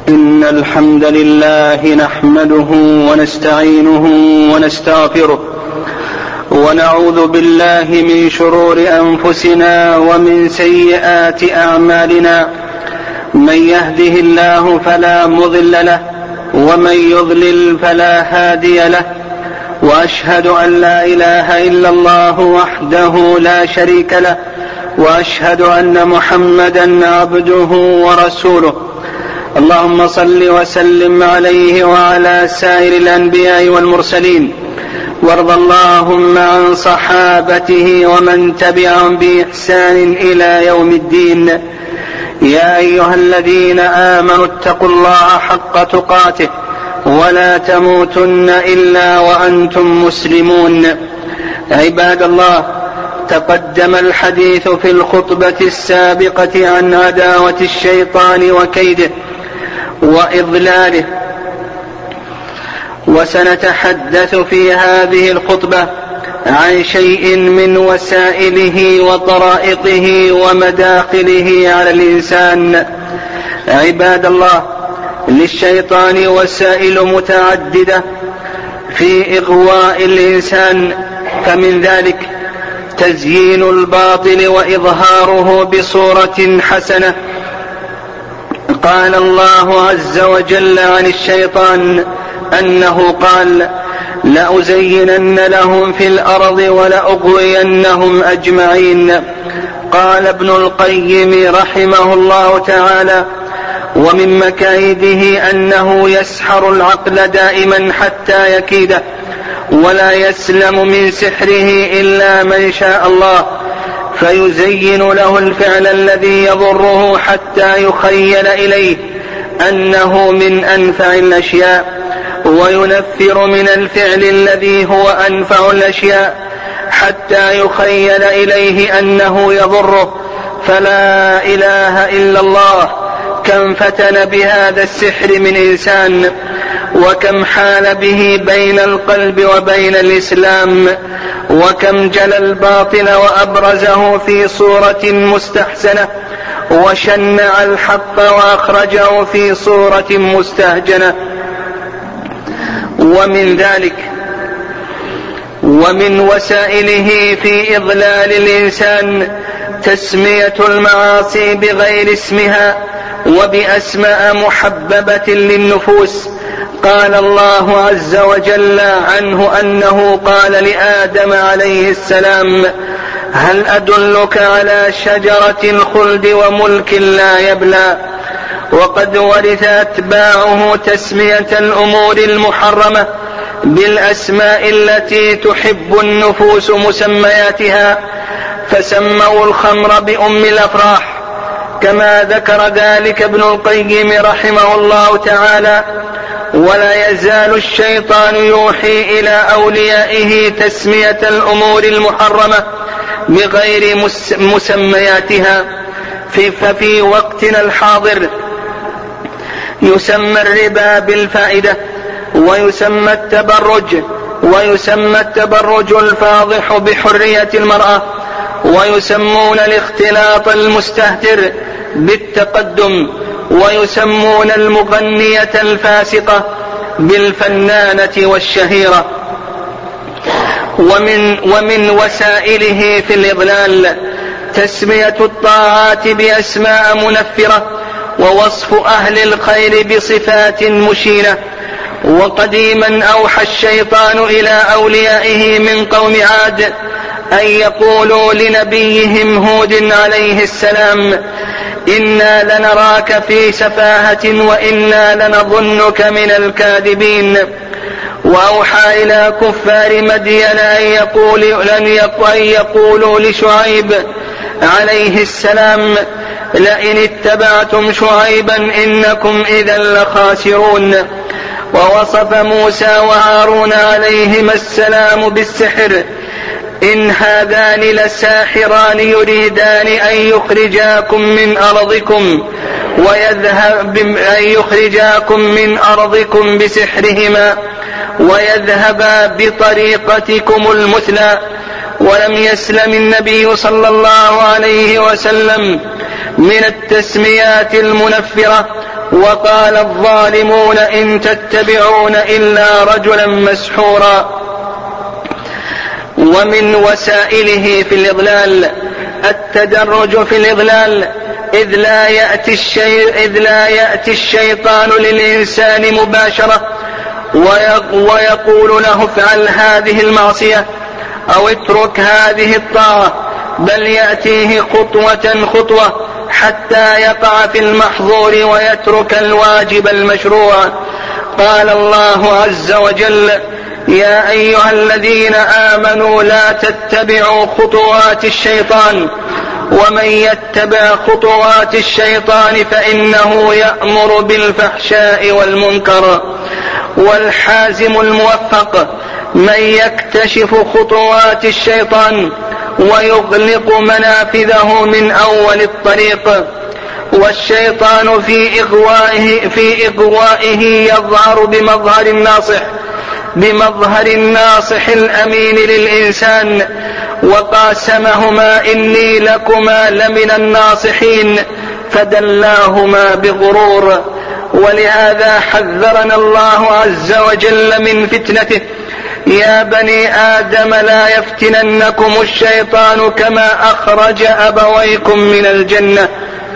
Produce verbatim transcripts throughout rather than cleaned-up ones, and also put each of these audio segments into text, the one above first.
إن الحمد لله نحمده ونستعينه ونستغفره ونعوذ بالله من شرور أنفسنا ومن سيئات أعمالنا. من يهده الله فلا مضل له ومن يضلل فلا هادي له، وأشهد أن لا إله إلا الله وحده لا شريك له، وأشهد أن محمدا عبده ورسوله. اللهم صل وسلم عليه وعلى سائر الأنبياء والمرسلين، وارض اللهم عن صحابته ومن تبعهم بإحسان إلى يوم الدين. يا أيها الذين آمنوا اتقوا الله حق تقاته ولا تموتن إلا وأنتم مسلمون. عباد الله، تقدم الحديث في الخطبة السابقة عن عداوة الشيطان وكيده وإضلاله، وسنتحدث في هذه الخطبة عن شيء من وسائله وطرائقه ومداخله على الإنسان. عباد الله، للشيطان وسائل متعددة في إغواء الإنسان، فمن ذلك تزيين الباطل وإظهاره بصورة حسنة. قال الله عز وجل عن الشيطان أنه قال: لأزينن لهم في الأرض ولأغوينهم أجمعين. قال ابن القيم رحمه الله تعالى: ومن مكايده أنه يسحر العقل دائما حتى يكيده، ولا يسلم من سحره إلا من شاء الله، فيزين له الفعل الذي يضره حتى يخيل إليه أنه من أنفع الأشياء، وينفر من الفعل الذي هو أنفع الأشياء حتى يخيل إليه أنه يضره. فلا إله إلا الله، كم فتن بهذا السحر من إنسان، وكم حال به بين القلب وبين الإسلام، وكم جلى الباطل وأبرزه في صورة مستحسنة، وشنع الحق وأخرجه في صورة مستهجنة. ومن ذلك ومن وسائله في إضلال الإنسان تسمية المعاصي بغير اسمها وبأسماء محببة للنفوس. قال الله عز وجل عنه أنه قال لآدم عليه السلام: هل أدلك على شجرة الخلد وملك لا يبلى؟ وقد ورث أتباعه تسمية الأمور المحرمة بالأسماء التي تحب النفوس مسمياتها، فسموا الخمر بأم الأفراح، كما ذكر ذلك ابن القيم رحمه الله تعالى. ولا يزال الشيطان يوحي إلى أوليائه تسمية الأمور المحرمة بغير مسمياتها. ففي وقتنا الحاضر يسمى الربا بالفائدة، ويسمى التبرج ويسمى التبرج الفاضح بحرية المرأة، ويسمون الاختلاط المستهتر بالتقدم، ويسمون المغنية الفاسقة بالفنانة والشهيرة. ومن, ومن وسائله في الإضلال تسمية الطاعات بأسماء منفرة، ووصف أهل الخير بصفات مشينة. وقديما أوحى الشيطان إلى أوليائه من قوم عاد أن يقولوا لنبيهم هود عليه السلام: إنا لنراك في سفاهة وإنا لنظنك من الكاذبين. وأوحى إلى كفار مدين أن يقولوا, أن يقولوا لشعيب عليه السلام: لئن اتبعتم شعيبا إنكم إذا لخاسرون. ووصف موسى وهارون عليهما السلام بالسحر: إن هذان لساحران يريدان أن يخرجاكم من أرضكم ويذهب أن يخرجاكم من أرضكم بسحرهما ويذهبا بطريقتكم المثلى. ولم يسلم النبي صلى الله عليه وسلم من التسميات المنفرة وقال الظالمون إن تتبعون إلا رجلا مسحورا. ومن وسائله في الإضلال التدرج في الإضلال، إذ لا يأتي الشيء إذ لا يأتي الشيطان للإنسان مباشرة ويقول له افعل هذه المعصية أو اترك هذه الطاعة، بل يأتيه خطوة خطوة حتى يقع في المحظور ويترك الواجب المشروع. قال الله عز وجل: يا أيها الذين آمنوا لا تتبعوا خطوات الشيطان ومن يتبع خطوات الشيطان فإنه يأمر بالفحشاء والمنكر. والحازم الموفق من يكتشف خطوات الشيطان ويغلق منافذه من أول الطريق. والشيطان في إغوائه, في إغوائه يظهر بمظهر الناصح بمظهر الناصح الأمين للإنسان، وقاسمهما إني لكما لمن الناصحين فدلاهما بغرور. ولهذا حذرنا الله عز وجل من فتنته: يا بني آدم لا يفتننكم الشيطان كما أخرج أبويكم من الجنة.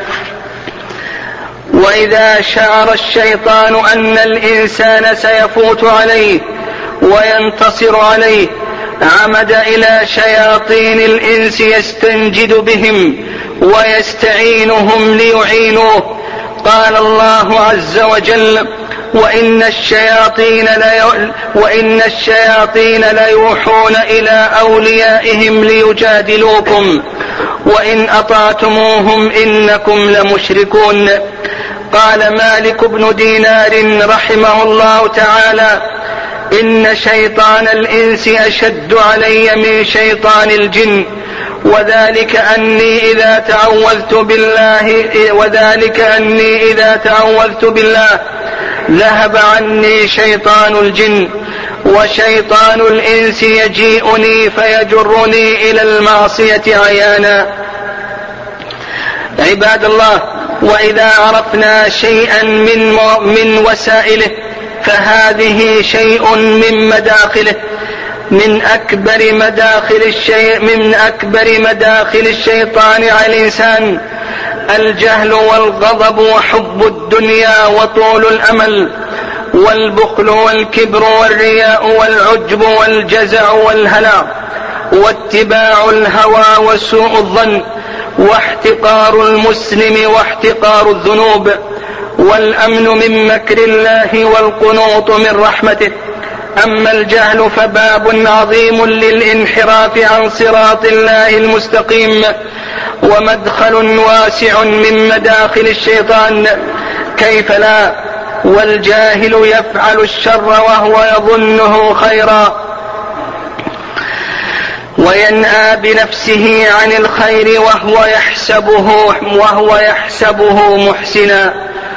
وإذا شعر الشيطان أن الإنسان سيفوت عليه وينتصر عليه عمد إلى شياطين الإنس يستنجد بهم ويستعينهم ليعينوه. قال الله عز وجل: وإن الشياطين لي... وإن الشياطين ليوحون إلى أوليائهم ليجادلوكم وإن أطعتموهم إنكم لمشركون. قال مالك بن دينار رحمه الله تعالى: إن شيطان الإنس أشد علي من شيطان الجن، وذلك أني إذا تعوذت بالله وذلك أني إذا تعوذت بالله ذهب عني شيطان الجن، وشيطان الإنس يجيئني فيجرني إلى المعصية عيانا. عباد الله، وإذا عرفنا شيئا من من وسائله فهذه شيء من مداخله من أكبر مداخل الشيء من أكبر مداخل الشيطان على الإنسان: الجهل والغضب وحب الدنيا وطول الأمل والبخل والكبر والرياء والعجب والجزع والهلع واتباع الهوى وسوء الظن واحتقار المسلم واحتقار الذنوب والأمن من مكر الله والقنوط من رحمته. أما الجهل فباب عظيم للانحراف عن صراط الله المستقيم ومدخل واسع من مداخل الشيطان، كيف لا؟ والجاهل يفعل الشر وهو يظنه خيرا وينأى بنفسه عن الخير وهو يحسبه وهو يحسبه محسنا.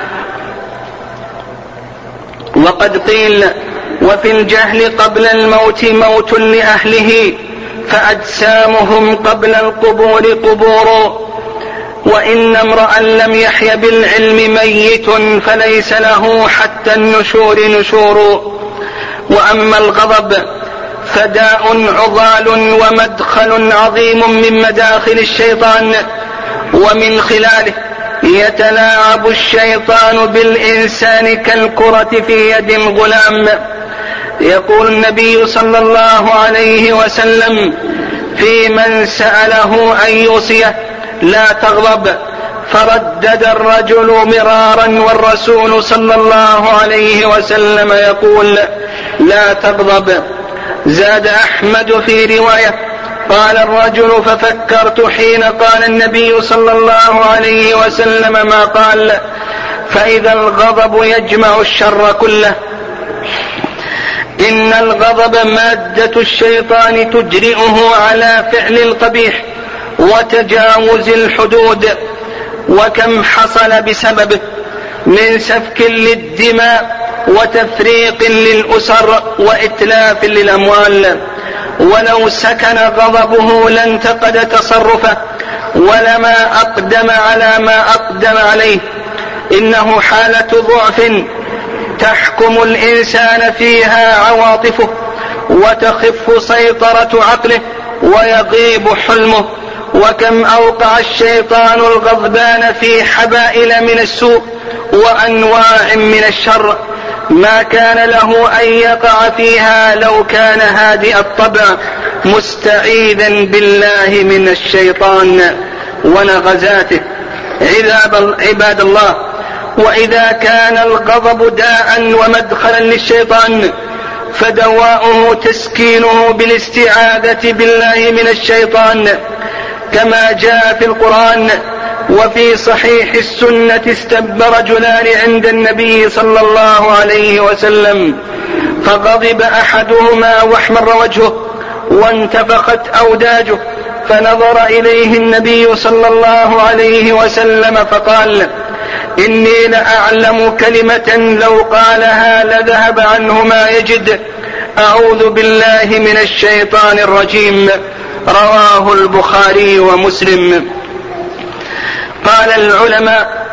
وقد قيل: وفي الجهل قبل الموت موت لأهله فأجسامهم قبل القبور قبور. وإن امرأ لم يحي بالعلم ميت فليس له حتى النشور نشور. وأما الغضب فداء عضال ومدخل عظيم من مداخل الشيطان، ومن خلاله يتلاعب الشيطان بالإنسان كالكرة في يد الغلام. يقول النبي صلى الله عليه وسلم في من سأله أن يوصيه: لا تغضب. فردد الرجل مرارا والرسول صلى الله عليه وسلم يقول: لا تغضب. زاد أحمد في رواية: قال الرجل ففكرت حين قال النبي صلى الله عليه وسلم ما قال، فإذا الغضب يجمع الشر كله. إن الغضب مادة الشيطان تجرئه على فعل القبيح وتجاوز الحدود، وكم حصل بسببه من سفك للدماء وتفريق للأسر وإتلاف للأموال. ولو سكن غضبه لانتقد تصرفه ولما أقدم على ما أقدم عليه. إنه حالة ضعف تحكم الإنسان فيها عواطفه وتخف سيطرة عقله ويغيب حلمه. وكم أوقع الشيطان الغضبان في حبائل من السوء وأنواع من الشر ما كان له أن يقع فيها لو كان هادئ الطبع مستعيذا بالله من الشيطان ونغزاته. عباد الله، وإذا كان الغضب داء ومدخلا للشيطان فدواؤه تسكينه بالاستعاذة بالله من الشيطان كما جاء في القرآن وفي صحيح السنة. استب رجلان عند النبي صلى الله عليه وسلم فغضب أحدهما واحمر وجهه وانتفخت أوداجه، فنظر إليه النبي صلى الله عليه وسلم فقال: إني لأعلم كلمة لو قالها لذهب عنه ما يجد، أعوذ بالله من الشيطان الرجيم. رواه البخاري ومسلم. قال العلماء: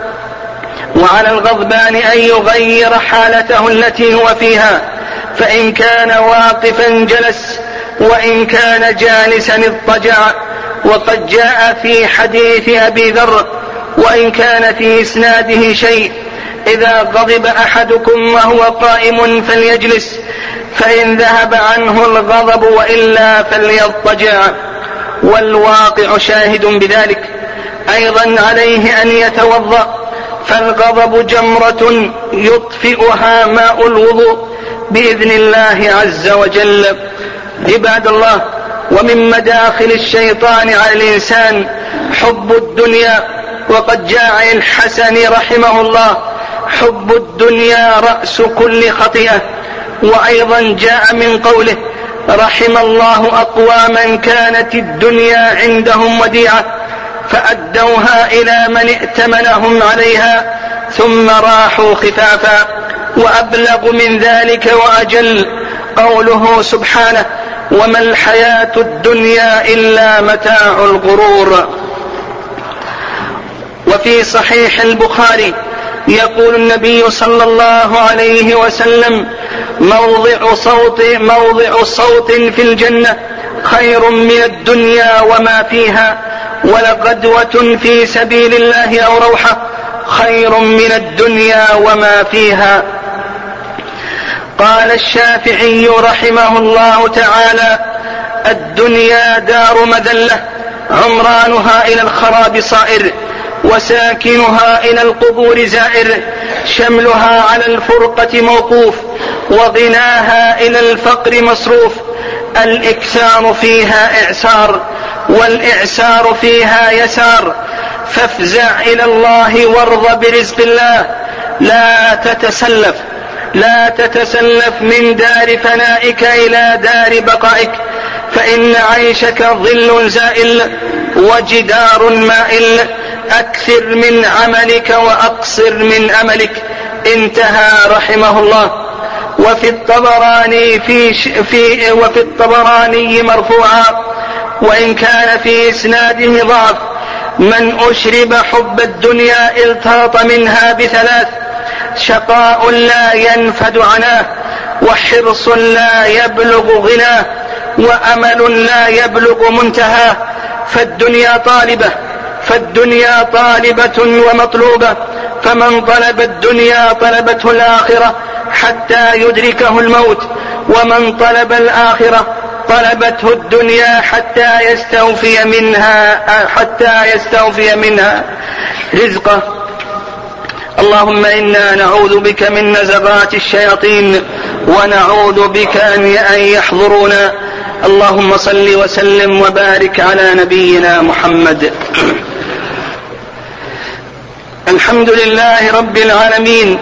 وعلى الغضبان أن يغير حالته التي هو فيها، فإن كان واقفا جلس، وإن كان جالسا اضطجع. وقد جاء في حديث أبي ذر: وإن كان في إسناده شيء: إذا غضب أحدكم وهو قائم فليجلس، فإن ذهب عنه الغضب وإلا فليضطجع. والواقع شاهد بذلك. أيضا عليه أن يتوضأ، فالغضب جمرة يطفئها ماء الوضوء بإذن الله عز وجل. عباد الله، ومن مداخل الشيطان على الإنسان حب الدنيا. وقد جاء عن الحسن رحمه الله: حب الدنيا رأس كل خطيئة. وأيضا جاء من قوله: رحم الله أقواما كانت الدنيا عندهم وديعة فأدوها إلى من ائتمنهم عليها ثم راحوا خفافا. وأبلغ من ذلك وأجل قوله سبحانه: وما الحياة الدنيا إلا متاع الغرور. وفي صحيح البخاري يقول النبي صلى الله عليه وسلم: موضع صوت, موضع صوت في الجنة خير من الدنيا وما فيها، ولغدوة في سبيل الله أو روحة خير من الدنيا وما فيها. قال الشافعي رحمه الله تعالى: الدنيا دار مذلة عمرانها إلى الخراب صائر، وساكنها إلى القبور زائر، شملها على الفرقة موقوف، وغناها إلى الفقر مصروف. الإكثار فيها إعسار، والإعسار فيها يسار، فافزع إلى الله وارض برزق الله. لا تتسلف لا تتسلف من دار فنائك إلى دار بقائك، فإن عيشك ظل زائل وجدار مائل. أكثر من عملك وأقصر من أملك. انتهى رحمه الله. وفي الطبراني في, في وفي الطبراني مرفوعا، وإن كان في إسناده ضعف: من أشرب حب الدنيا التاط منها بثلاث: شقاء لا ينفد عناه، وحرص لا يبلغ غناه، وأمل لا يبلغ منتهاه. فالدنيا طالبة فالدنيا طالبة ومطلوبة، فمن طلب الدنيا طلبته الآخرة حتى يدركه الموت، ومن طلب الآخرة طلبته الدنيا حتى يستوفي منها حتى يستوفي منها رزقه. اللهم إنا نعوذ بك من نزغات الشياطين، ونعوذ بك أن يحضرونا. اللهم صل وسلم وبارك على نبينا محمد. الحمد لله رب العالمين،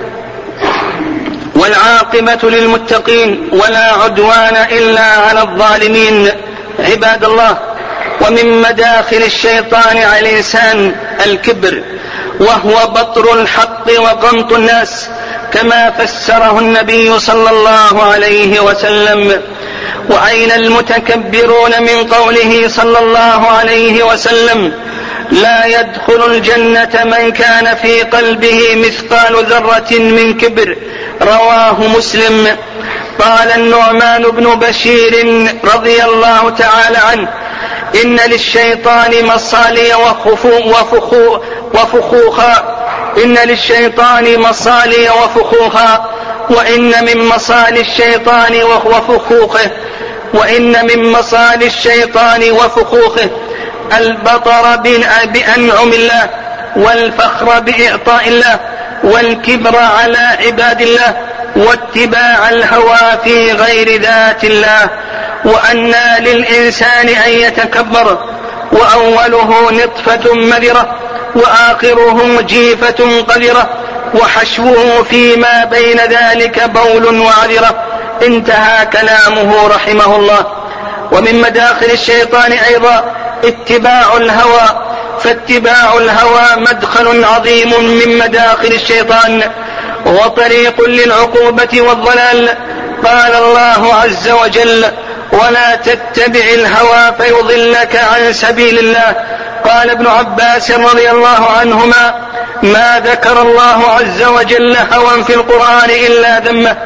والعاقبة للمتقين، ولا عدوان إلا على الظالمين. عباد الله، ومن مداخل الشيطان على الإنسان الكبر، وهو بطر الحق وغمط الناس، كما فسره النبي صلى الله عليه وسلم. وأين المتكبرون من قوله صلى الله عليه وسلم: لا يدخل الجنة من كان في قلبه مثقال ذرة من كبر. رواه مسلم. قال النعمان بن بشير رضي الله تعالى عنه: إن للشيطان مصالي وفخو وفخوخا إن للشيطان مصالي وفخوخا وإن من مصالي الشيطان وفخوخه وإن من مصالي الشيطان وفخوخه البطر بأنعم الله، والفخر بإعطاء الله، والكبر على عباد الله، واتباع الهوى في غير ذات الله. وأنى للإنسان أن يتكبر، وأوله نطفة مذرة، وآخره جيفة قذرة، وحشوه فيما بين ذلك بول وعذرة. انتهى كلامه رحمه الله. ومن مداخل الشيطان أيضا اتباع الهوى، فاتباع الهوى مدخل عظيم من مداخل الشيطان وطريق للعقوبة والضلال. قال الله عز وجل: ولا تتبع الهوى فيضلك عن سبيل الله. قال ابن عباس رضي الله عنهما: ما ذكر الله عز وجل هوى في القرآن إلا ذمه.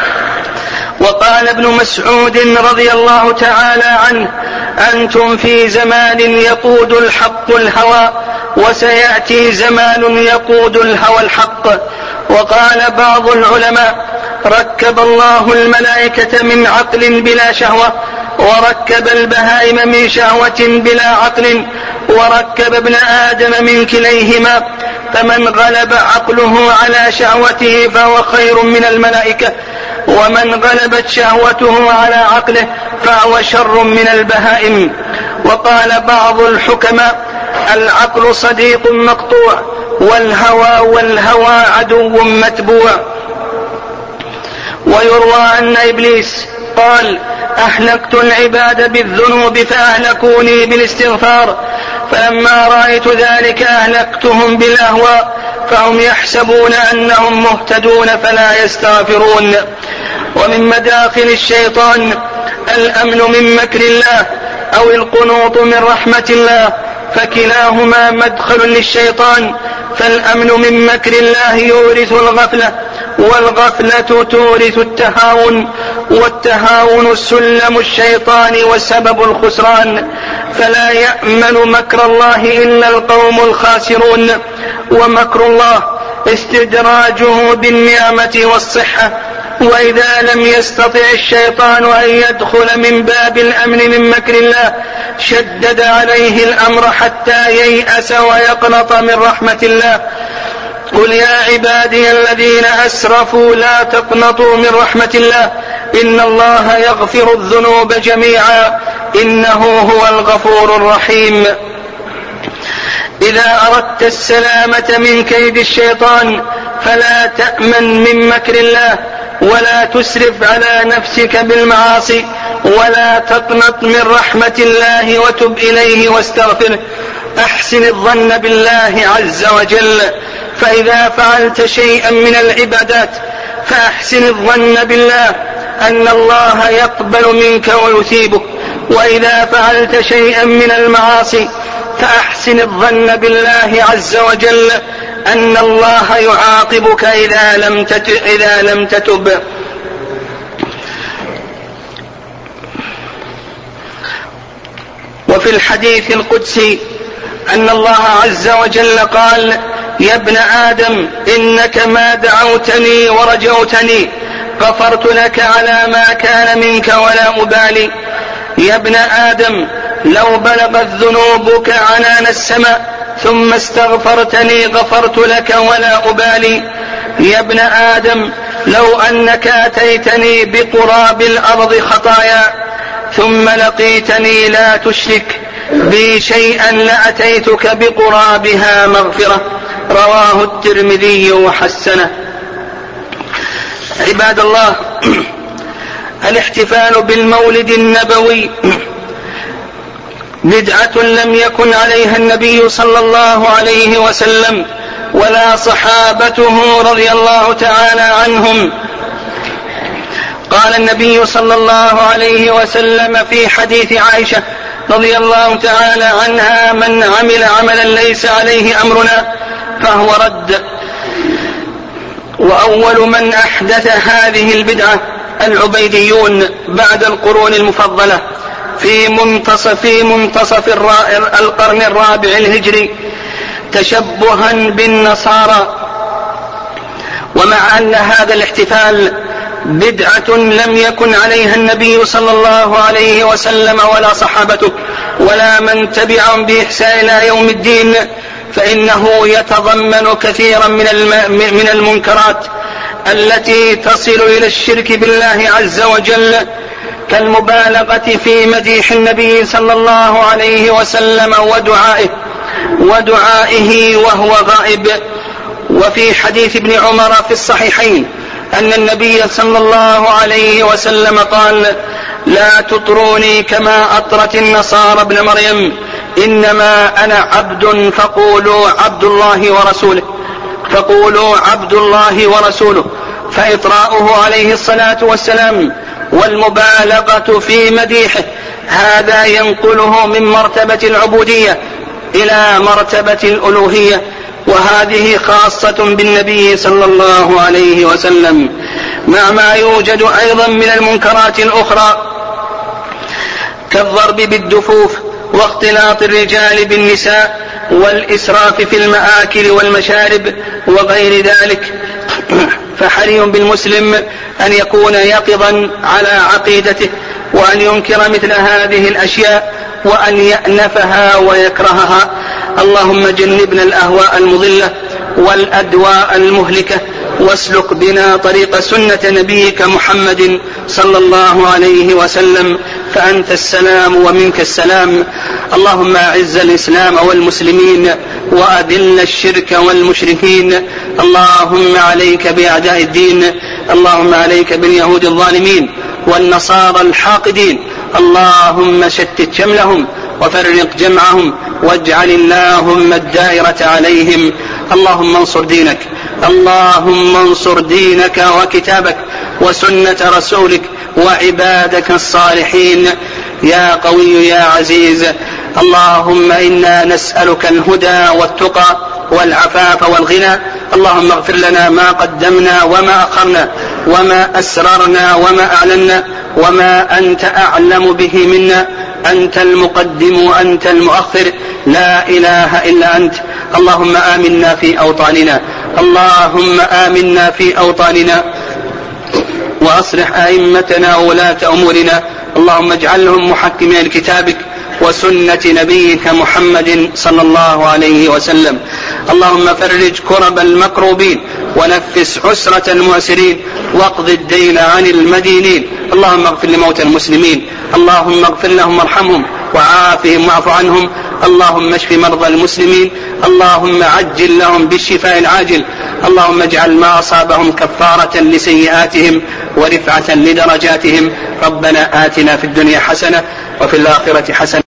وقال ابن مسعود رضي الله تعالى عنه: أنتم في زمان يقود الحق الهوى، وسيأتي زمان يقود الهوى الحق. وقال بعض العلماء: ركب الله الملائكة من عقل بلا شهوة، وركب البهائم من شهوة بلا عقل، وركب ابن آدم من كليهما، فمن غلب عقله على شهوته فهو خير من الملائكة، ومن غلبت شهوته على عقله فهو شر من البهائم. وقال بعض الحكماء: العقل صديق مقطوع، والهوى والهوى عدو متبوع. ويروى أن إبليس قال: أهلكت العباد بالذنوب فأهلكوني بالاستغفار، فلما رأيت ذلك أهلكتهم بالأهواء، فهم يحسبون أنهم مهتدون فلا يستغفرون. ومن مداخل الشيطان الأمن من مكر الله أو القنوط من رحمة الله، فكلاهما مدخل للشيطان. فالأمن من مكر الله يورث الغفلة، والغفلة تورث التهاون، والتهاون سلم الشيطان وسبب الخسران. فلا يأمن مكر الله إلا القوم الخاسرون. ومكر الله استدراجه بالنعمة والصحة، وإذا لم يستطع الشيطان أن يدخل من باب الأمن من مكر الله شدد عليه الأمر حتى ييأس ويقنط من رحمة الله. قل يا عبادي الذين أسرفوا لا تقنطوا من رحمة الله، إن الله يغفر الذنوب جميعا إنه هو الغفور الرحيم. إذا أردت السلامة من كيد الشيطان فلا تأمن من مكر الله، ولا تسرف على نفسك بالمعاصي، ولا تقنط من رحمة الله، وتب إليه واستغفره. أحسن الظن بالله عز وجل، فإذا فعلت شيئا من العبادات فأحسن الظن بالله أن الله يقبل منك ويثيبك، وإذا فعلت شيئا من المعاصي فأحسن الظن بالله عز وجل أن الله يعاقبك إذا لم تتب, إذا لم تتب. وفي الحديث القدسي أن الله عز وجل قال: يا ابن آدم إنك ما دعوتني ورجوتني غفرت لك على ما كان منك ولا أبالي. يا ابن آدم لو بلغت ذنوبك عنان السماء ثم استغفرتني غفرت لك ولا أبالي. يا ابن آدم لو أنك أتيتني بقراب الأرض خطايا ثم لقيتني لا تشرك بي شيئا لأتيتك بقرابها مغفرة. رواه الترمذي وحسنه. عباد الله، الاحتفال بالمولد النبوي بدعة لم يكن عليها النبي صلى الله عليه وسلم ولا صحابته رضي الله تعالى عنهم. قال النبي صلى الله عليه وسلم في حديث عائشة رضي الله تعالى عنها: من عمل عملا ليس عليه أمرنا فهو رد. وأول من أحدث هذه البدعة العبيديون بعد القرون المفضلة في منتصف, في منتصف القرن الرابع الهجري تشبها بالنصارى. ومع أن هذا الاحتفال بدعة لم يكن عليها النبي صلى الله عليه وسلم ولا صحابته ولا من تبعهم بإحسان إلى يوم الدين، فإنه يتضمن كثيرا من المنكرات التي تصل إلى الشرك بالله عز وجل، كالمبالغة في مديح النبي صلى الله عليه وسلم ودعائه ودعائه وهو غائب. وفي حديث ابن عمر في الصحيحين أن النبي صلى الله عليه وسلم قال: لا تطروني كما أطرت النصارى ابن مريم، إنما أنا عبد فقولوا عبد الله ورسوله فقولوا عبد الله ورسوله. فإطراؤه عليه الصلاة والسلام والمبالغة في مديحه هذا ينقله من مرتبة العبودية إلى مرتبة الألوهية، وهذه خاصة بالنبي صلى الله عليه وسلم، مع ما يوجد أيضا من المنكرات الأخرى كالضرب بالدفوف واختلاط الرجال بالنساء والإسراف في المآكل والمشارب وغير ذلك. فحري بالمسلم أن يكون يقظا على عقيدته وأن ينكر مثل هذه الأشياء وأن يأنفها ويكرهها. اللهم جنبنا الأهواء المضلة والأدواء المهلكة، واسلك بنا طريق سنة نبيك محمد صلى الله عليه وسلم، فأنت السلام ومنك السلام. اللهم أعز الإسلام والمسلمين وأذل الشرك والمشركين. اللهم عليك بأعداء الدين، اللهم عليك باليهود الظالمين والنصارى الحاقدين. اللهم شتت شملهم وفرق جمعهم واجعل اللهم الدائرة عليهم. اللهم انصر دينك، اللهم انصر دينك وكتابك وسنة رسولك وعبادك الصالحين يا قوي يا عزيز. اللهم إنا نسألك الهدى والتقى والعفاف والغنى. اللهم اغفر لنا ما قدمنا وما أخرنا وما أسررنا وما أعلنا وما أنت أعلم به منا. أنت المقدم وأنت المؤخر، لا إله إلا أنت. اللهم آمنا في أوطاننا، اللهم آمنا في أوطاننا وأصلح أئمتنا وولاة أمورنا. اللهم اجعلهم محكمين لكتابك وسنة نبيك محمد صلى الله عليه وسلم. اللهم فرج كرب المكروبين ونفس عسرة المعسرين واقض الدين عن المدينين. اللهم اغفر لموتى المسلمين، اللهم اغفر لهم وارحمهم وعافهم واعف عنهم. اللهم اشف مرضى المسلمين، اللهم عجل لهم بالشفاء العاجل. اللهم اجعل ما أصابهم كفارة لسيئاتهم ورفعة لدرجاتهم. ربنا آتنا في الدنيا حسنة وفي الآخرة حسنة